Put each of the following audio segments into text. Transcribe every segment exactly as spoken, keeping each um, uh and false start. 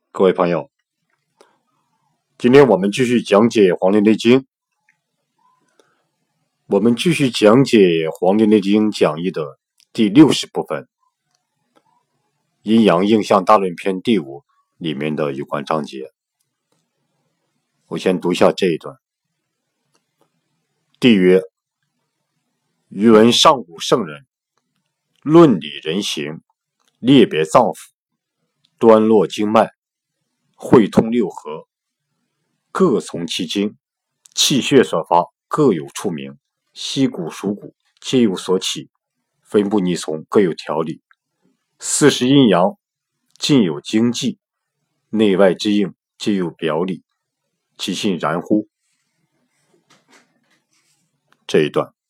各位朋友，今天我们继续讲解《黄帝内经》，我们继续讲解《黄帝内经》讲义的第六十部分，阴阳应象大论篇第五里面的有关章节。我先读一下这一段。帝曰：余闻上古圣人，论理人形，列别脏腑，端络经脉，会通六合，各从其经，气血所发，各有处名，息骨属骨，皆有所起，分布逆从，各有条理。四时阴阳，尽有经纪，内外之应，皆有表里，其信然乎？这一段，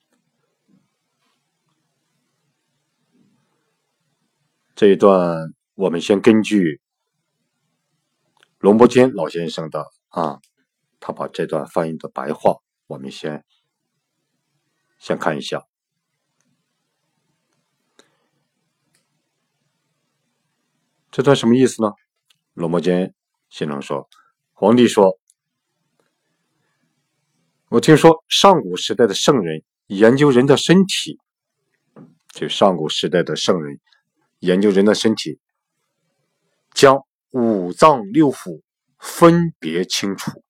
这一段我们先根据龙伯坚老先生的啊，他把这段翻译的白话，我们先先看一下。这段什么意思呢？龙伯坚先生说，皇帝说，我听说上古时代的圣人研究人的身体，就上古时代的圣人研究人的身体，将五脏六腑分别清楚，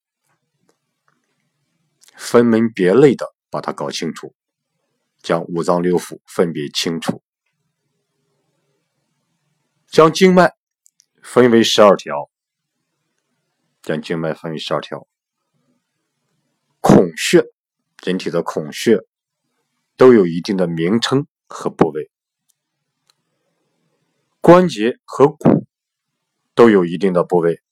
分门别类的把它搞清楚，将五脏六腑分别清楚，将经脉分为十二条，将经脉分为十二条，孔穴，人体的孔穴都有一定的名称和部位，关节和骨都有一定的部位，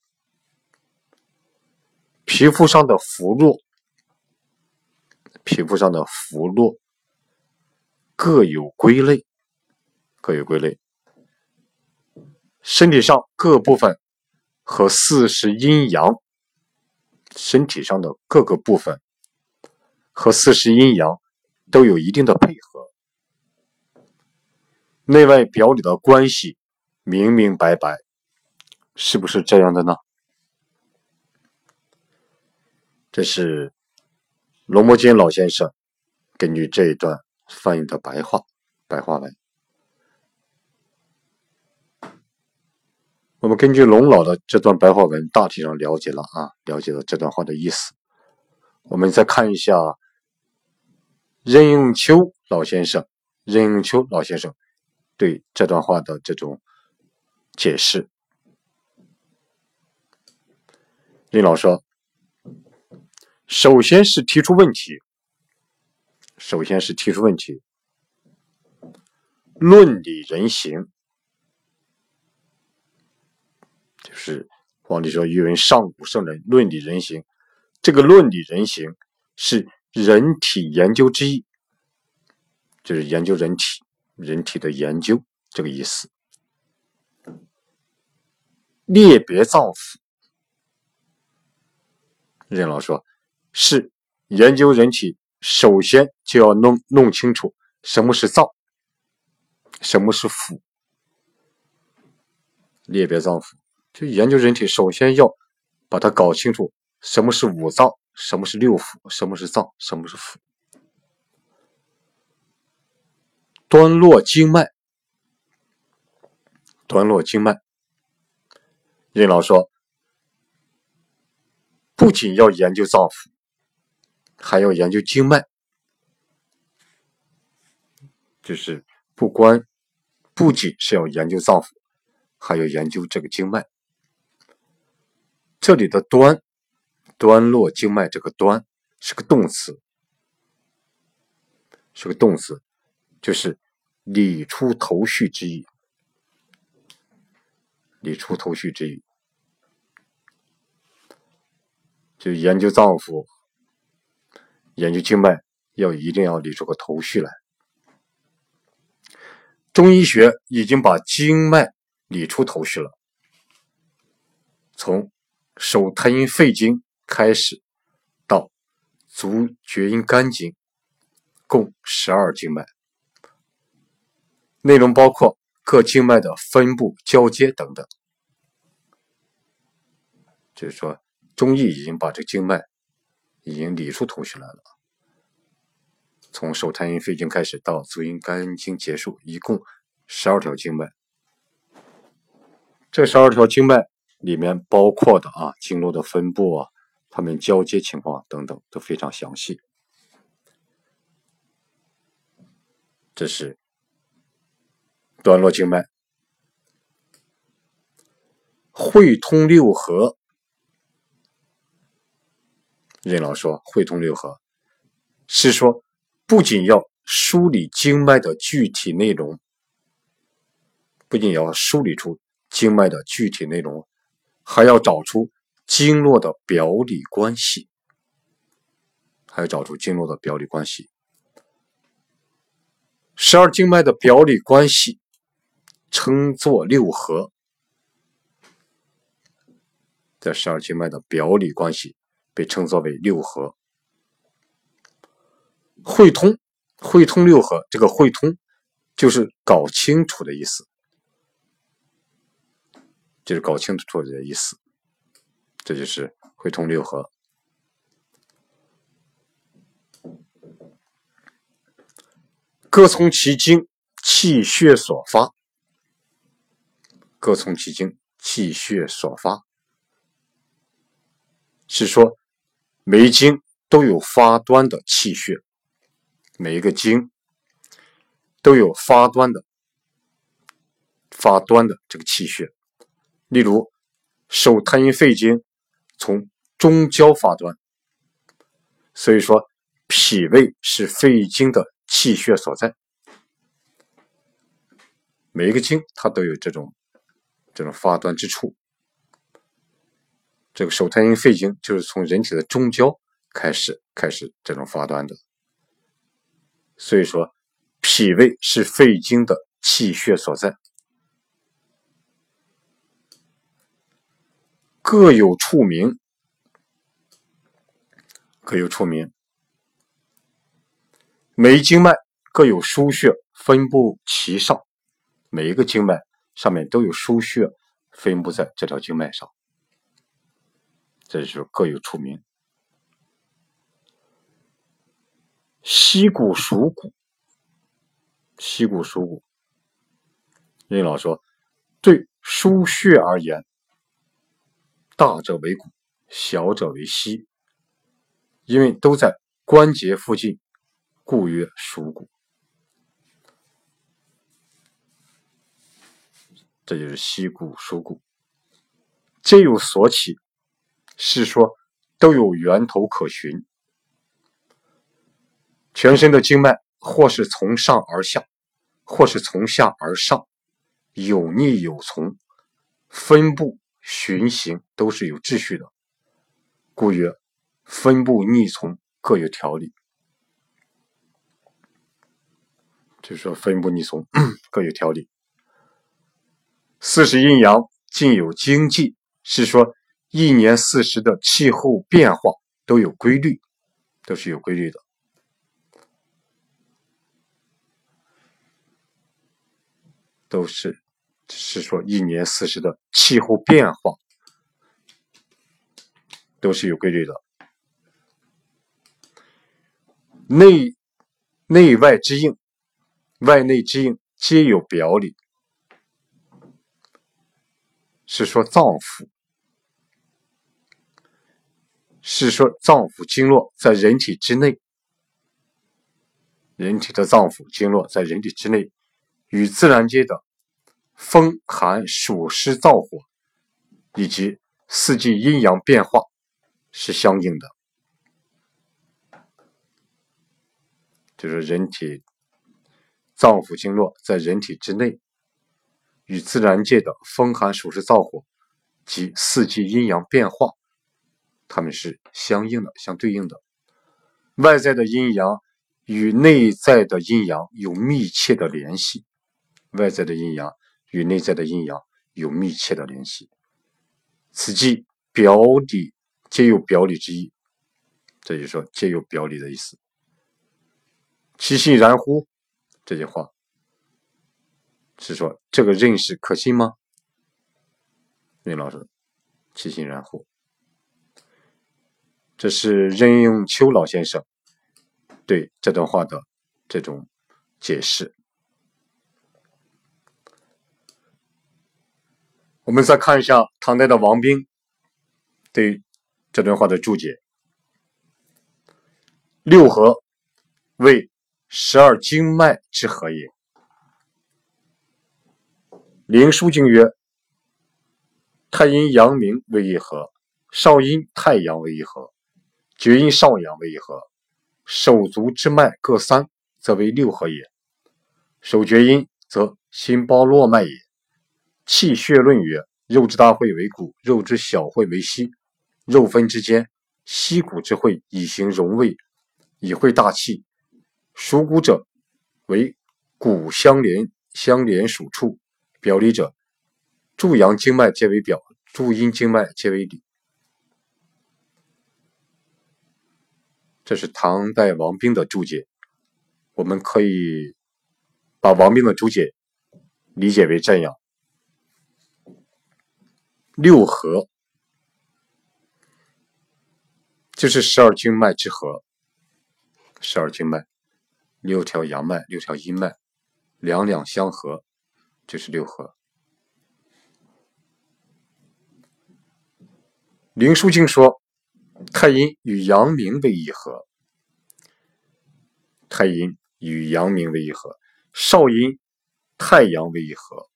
皮肤上的浮络，皮肤上的浮络各有归类，各有归类。身体上各部分和四时阴阳，身体上的各个部分和四时阴阳都有一定的配合，内外表里的关系明明白白，是不是这样的呢？这是龙伯坚老先生根据这一段翻译的白话白话文。我们根据龙老的这段白话文大体上了解了啊，了解了这段话的意思。我们再看一下任应秋老先生任应秋老先生对这段话的这种解释。任老说，首先是提出问题，首先是提出问题，论理人形，就是皇帝说余闻上古圣人，论理人形，这个论理人形是人体研究之意，就是研究人体人体的研究这个意思。列别脏腑，任老说是研究人体首先就要弄弄清楚什么是脏，什么是腑。列别脏腑，就研究人体首先要把它搞清楚什么是五脏，什么是六腑，什么是脏，什么是腑。端络经脉，端络经脉，任老说不仅要研究脏腑，还要研究经脉，就是不光不仅是要研究脏腑，还要研究这个经脉。这里的端端络经脉，这个端是个动词，是个动词，就是理出头绪之意，理出头绪之意，就研究脏腑，研究经脉，要一定要理出个头绪来。中医学已经把经脉理出头绪了，从手太阴肺经开始到足厥阴肝经，共十二经脉，内容包括各经脉的分布、交接等等。 就是说中医已经把这个经脉已经理出头绪来了，从手太阴肺经开始到足阴肝经结束，一共十二条经脉。这十二条经脉里面包括的啊经络的分布啊，它们交接情况等等都非常详细。这是端络经脉。汇通六合，任老说汇通六合是说不仅要梳理经脉的具体内容，不仅要梳理出经脉的具体内容，还要找出经络的表里关系，还要找出经络的表里关系。十二经脉的表里关系称作六合，这十二经脉的表里关系被称作为六合。汇通，汇通六合，这个汇通就是搞清楚的意思，就是搞清楚的意思，这就是汇通六合。各从其经，气血所发。各从其经，气血所发，是说每一经都有发端的气血，每一个经都有发端的发端的这个气血。例如手太阴肺经从中焦发端，所以说脾胃是肺经的气血所在。每一个经它都有这种这种发端之处。这个手太阴肺经就是从人体的中焦开始开始这种发端的，所以说脾胃是肺经的气血所在。各有处名，各有处名，每一经脉各有腧穴分布其上，每一个经脉上面都有腧穴分布在这条经脉上，这就是各有处名。溪谷属谷，溪谷属谷，任老说对腧穴而言，大者为谷，小者为溪，因为都在关节附近，故曰属谷。这就是溪谷属谷。皆有所起，是说都有源头可循。全身的经脉或是从上而下，或是从下而上，有逆有从，分布循行都是有秩序的，故曰分布逆从各有条理。就是说分布逆从各有条理。四时阴阳尽有经纪，是说一年四时的气候变化都有规律，都是有规律的。都是是说一年四时的气候变化都是有规律的。内内外之应，外内之应皆有表里，是说脏腑，是说脏腑经络在人体之内，人体的脏腑经络在人体之内，与自然界的风寒暑湿燥火以及四季阴阳变化是相应的。就是人体脏腑经络在人体之内，与自然界的风寒暑湿燥火及四季阴阳变化，它们是相应的，相对应的。外在的阴阳与内在的阴阳有密切的联系，外在的阴阳与内在的阴阳有密切的联系，此即表里皆有表里之意，这就是说皆有表里的意思。其信然乎？这句话是说这个认识可信吗？任老师，其信然乎。 这是任应秋老先生对这段话的这种解释。我们再看一下唐代的王冰对这段话的注解。六合为十二经脉之合也。灵枢经曰：太阴阳明为一合，少阴太阳为一合，厥阴少阳为一合，手足之脉各三，则为六合也。手厥阴则心包络脉也。气血论曰：肉之大会为骨，肉之小会为膝，肉分之间，膝骨之会，以行荣位，以会大气。属骨者为骨相连相连属处，表里者诸阳经脉皆为表，诸阴经脉皆为里。这是唐代王冰的注解。我们可以把王冰的注解理解为这样：六合就是十二经脉之合，十二经脉，六条阳脉，六条阴脉，两两相合，就是六合。灵枢经说，太阴与阳明为一合，太阴与阳明为一合，少阴太阳为一合，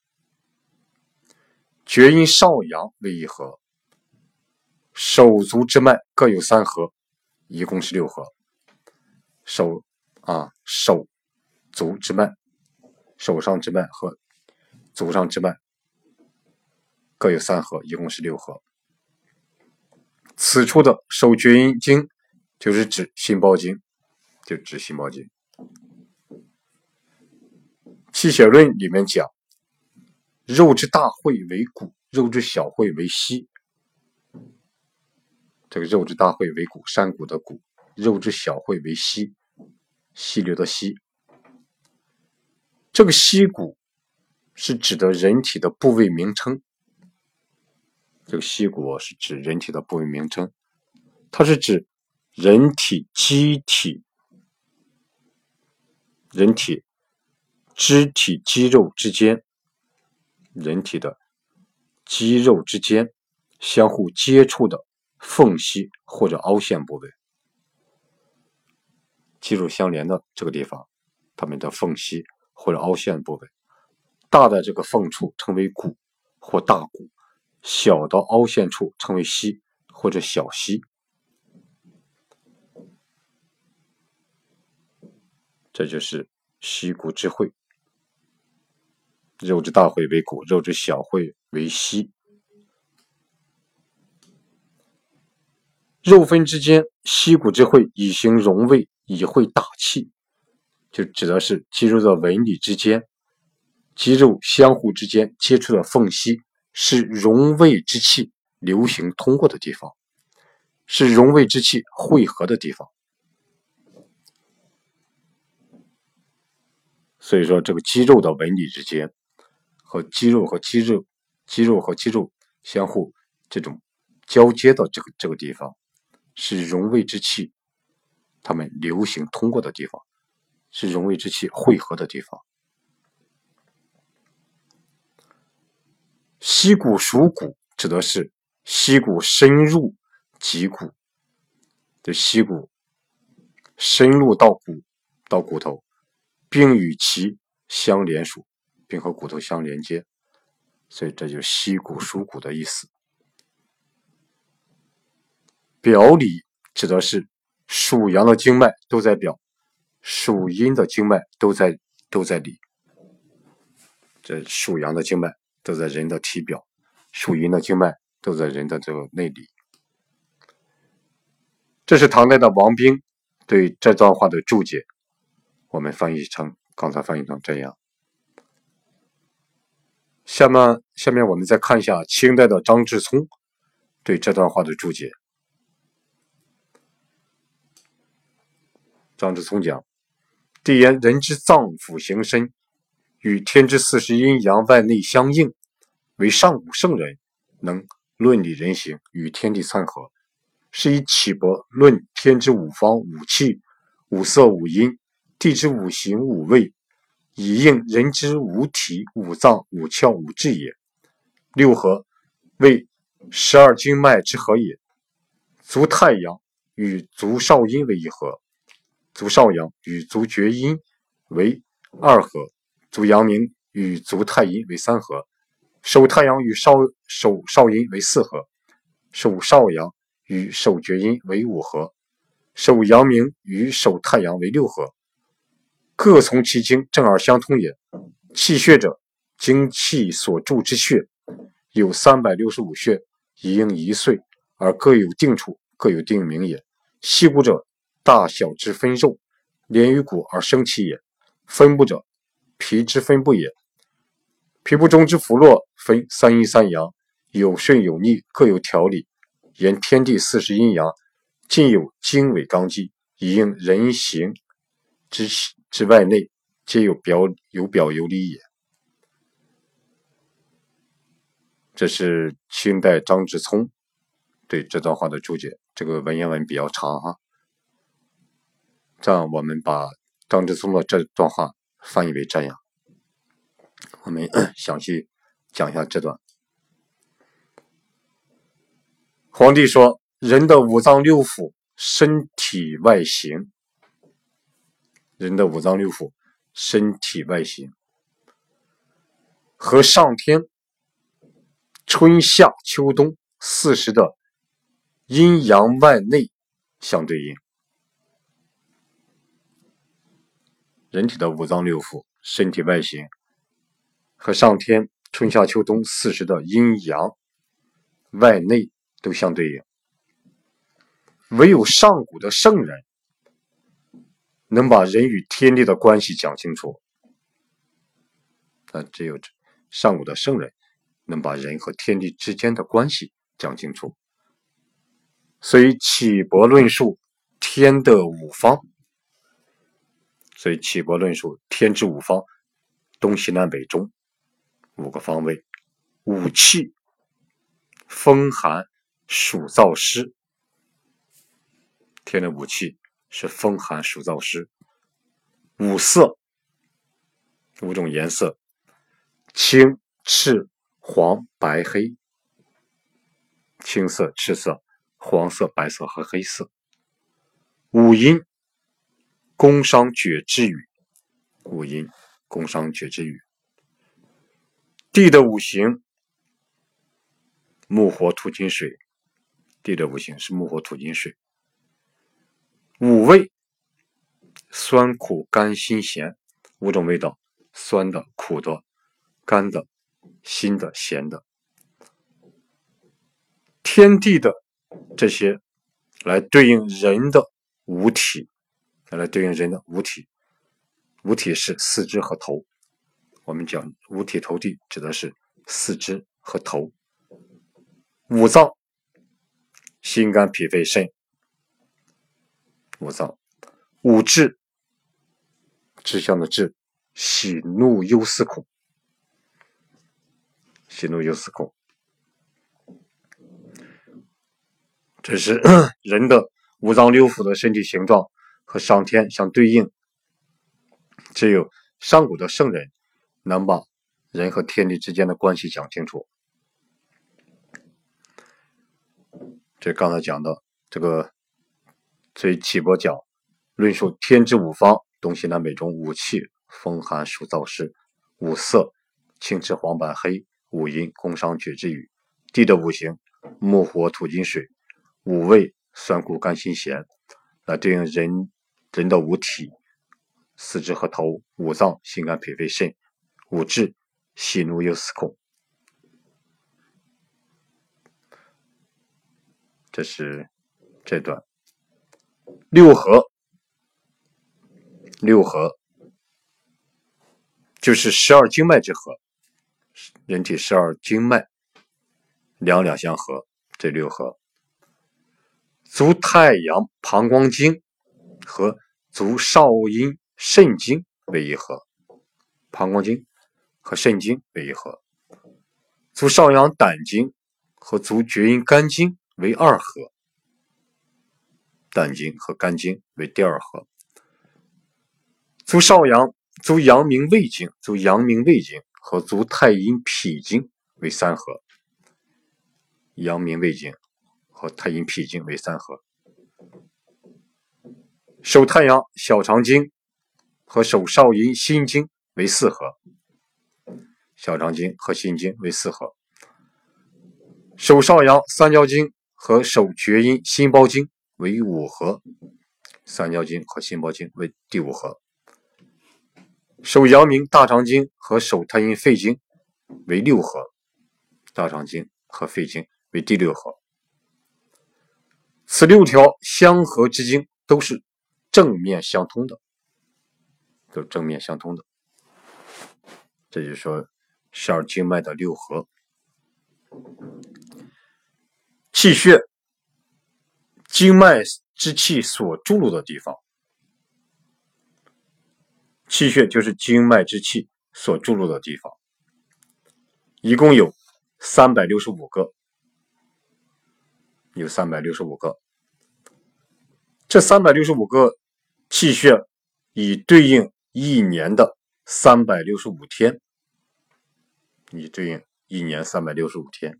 厥阴少阳为一合，手足之脉各有三合，一共是六合。手啊，手足之脉，手上之脉和足上之脉各有三合，一共是六合。此处的手厥阴经就是指心包经，就指心包经。气血论里面讲，肉之大会为骨，肉之小会为膝。这个肉之大会为骨，山谷的谷，肉之小会为溪，溪流的溪。这个溪谷是指的人体的部位名称，这个溪谷是指人体的部位名称，它是指人体机体、人体肢体肌肉之间，人体的肌肉之间相互接触的缝隙或者凹陷部位，肌肉相连的这个地方，它们的缝隙或者凹陷部位，大的这个缝处称为骨或大骨，小的凹陷处称为膝或者小膝。这就是膝骨之会，肉之大会为骨，肉之小会为膝。肉分之间，膝骨之会，以行荣位，以会大气，就指的是肌肉的纹理之间，肌肉相互之间接触的缝隙，是荣位之气流行通过的地方，是荣位之气汇合的地方。所以说，这个肌肉的纹理之间和肌肉和肌肉、肌肉和肌肉相互这种交接的这个这个地方，是荣位之气它们流行通过的地方，是荣位之气汇合的地方。膝骨属骨，指的是膝骨深入脊骨，这膝骨深入到骨到骨头，并与其相连属，并和骨头相连接，所以这就是膝骨属骨的意思。表里指的是属阳的经脉都在表，属阴的经脉都在都在里。这属阳的经脉都在人的体表，属阴的经脉都在人的这个内里。这是唐代的王冰对这段话的注解，我们翻译成刚才翻译成这样。下面下面我们再看一下清代的张志聪对这段话的注解。张志聪讲，帝言人之脏腑形身与天之四时阴阳外内相应，为上古圣人，能论理人形，与天地参合， 是以启伯论天之五方五气五色五音，地之五行五味，以应人之五体五脏五窍五志也。六合为十二经脉之合也。足太阳与足少阴为一合，足少阳与足厥阴为二合，足阳明与足太阴为三合，手太阳与少手少阴为四合，手少阳与手厥阴为五合，手阳明与手太阳为六合，各从其经，正而相通也。气血者，精气所注之穴，有三百六十五穴，一应一岁，而各有定处，各有定名也。细骨者，大小之分肉，连于骨而生气也。分布者，皮之分布也。皮部中之浮络，分三阴三阳，有顺有逆，各有条理。言天地四时阴阳，尽有经纬纲纪，以应人形之之外内，皆有表有表有里也。这是清代张之聪对这段话的注解，这个文言文比较长哈。这样我们把张之聪的这段话翻译为这样，我们详细讲一下这段。皇帝说，人的五脏六腑，身体外形，人的五脏六腑，身体外形和上天春夏秋冬四时的阴阳外内相对应。人体的五脏六腑、身体外形和上天春夏秋冬四时的阴阳外内都相对应。唯有上古的圣人能把人与天地的关系讲清楚，但只有上古的圣人能把人和天地之间的关系讲清楚。所以启伯论述天的五方，所以启伯论述天之五方，东西南北中五个方位，五气，风寒暑燥湿，天的五气是风寒暑燥湿。五色，五种颜色，青赤黄白黑，青色赤色黄色白色和黑色。五音，宫商角徵羽，五音宫商角徵羽。地的五行，木火土金水，地的五行是木火土金水。五味，酸苦甘辛咸，五种味道，酸的苦的甘的辛的咸的。天地的这些来对应人的五体，来对应人的五体，五体是四肢和头，我们讲五体投地指的是四肢和头。五脏，心肝脾肺肾，五脏。五志，志向的志，喜怒忧思恐，喜怒忧思恐。这是人的五脏六腑的身体形状和上天相对应，只有上古的圣人能把人和天地之间的关系讲清楚。这刚才讲的这个，所以启伯讲论述天之五方，东西南北中五气，风寒暑燥湿。五色，青赤黄白黑。五音，宫商角徵羽。地的五行，木火土金水。五味，酸苦甘辛咸，来对应人人的五体，四肢和头。五脏，心肝脾肺肾。五志，喜怒忧思恐。这是这段。六合，六合就是十二经脉之合，人体十二经脉两两相合，这六合。足太阳膀胱经和足少阴肾经为一合，膀胱经和肾经为一合。足少阳胆经和足厥阴肝经为二合， 胆经和肝经为第二合。足少阳、足阳明胃经、足阳明胃经和足太阴脾经为三合。阳明胃经和太阴脾经为三合。手太阳小肠经和手少阴心经为四合。小肠经和心经为四合。手少阳三焦经和手厥阴心包经为五合。三焦经和心包经为第五合。手阳明大肠经和手太阴肺经为六合。大肠经和肺经为第六合。此六条相合之经都是正面相通的，都是正面相通的。这就是说十二经脉的六合。气血，经脉之气所注入的地方。气血就是经脉之气所注入的地方，一共有三百六十五个，有三百六十五个。这三百六十五个气血以对应一年的三百六十五天，以对应一年三百六十五天。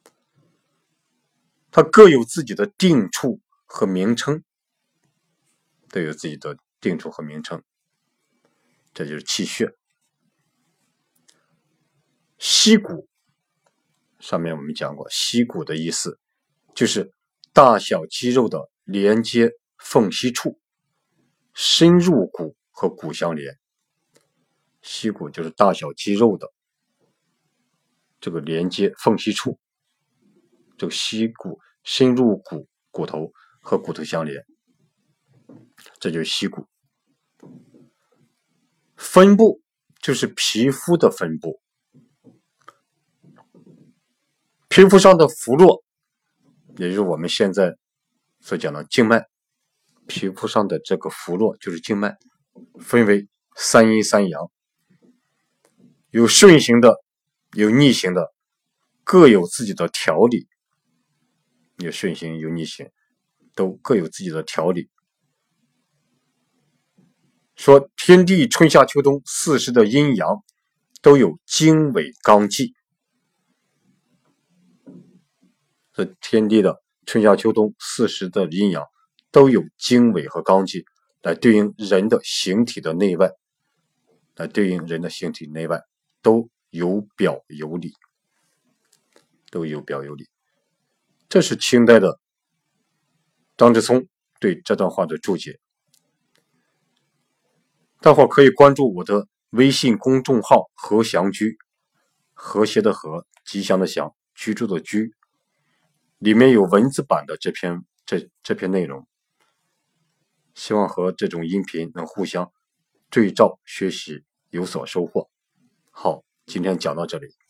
它各有自己的定处和名称，都有自己的定处和名称，这就是气血。溪谷，上面我们讲过，溪谷的意思就是大小肌肉的连接缝隙处，深入骨和骨相连。溪谷就是大小肌肉的这个连接缝隙处，这个溪谷深入骨骨头和骨头相连，这就是溪谷。分布就是皮肤的分布，皮肤上的浮络，也就是我们现在所讲的经脉，皮肤上的这个浮络就是经脉，分为三阴三阳，有顺行的，有逆行的，各有自己的条理，有顺行有逆行，都各有自己的条理。说天地春夏秋冬四时的阴阳都有经纬纲纪，这天地的春夏秋冬四时的阴阳都有经纬和纲纪，来对应人的形体的内外，来对应人的形体内外，都有表有里，都有表有里。这是清代的张之聪对这段话的注解。大伙可以关注我的微信公众号和祥居，和谐的和，吉祥的祥，居住的居，里面有文字版的这篇这这篇内容，希望和这种音频能互相对照学习，有所收获。好，今天讲到这里。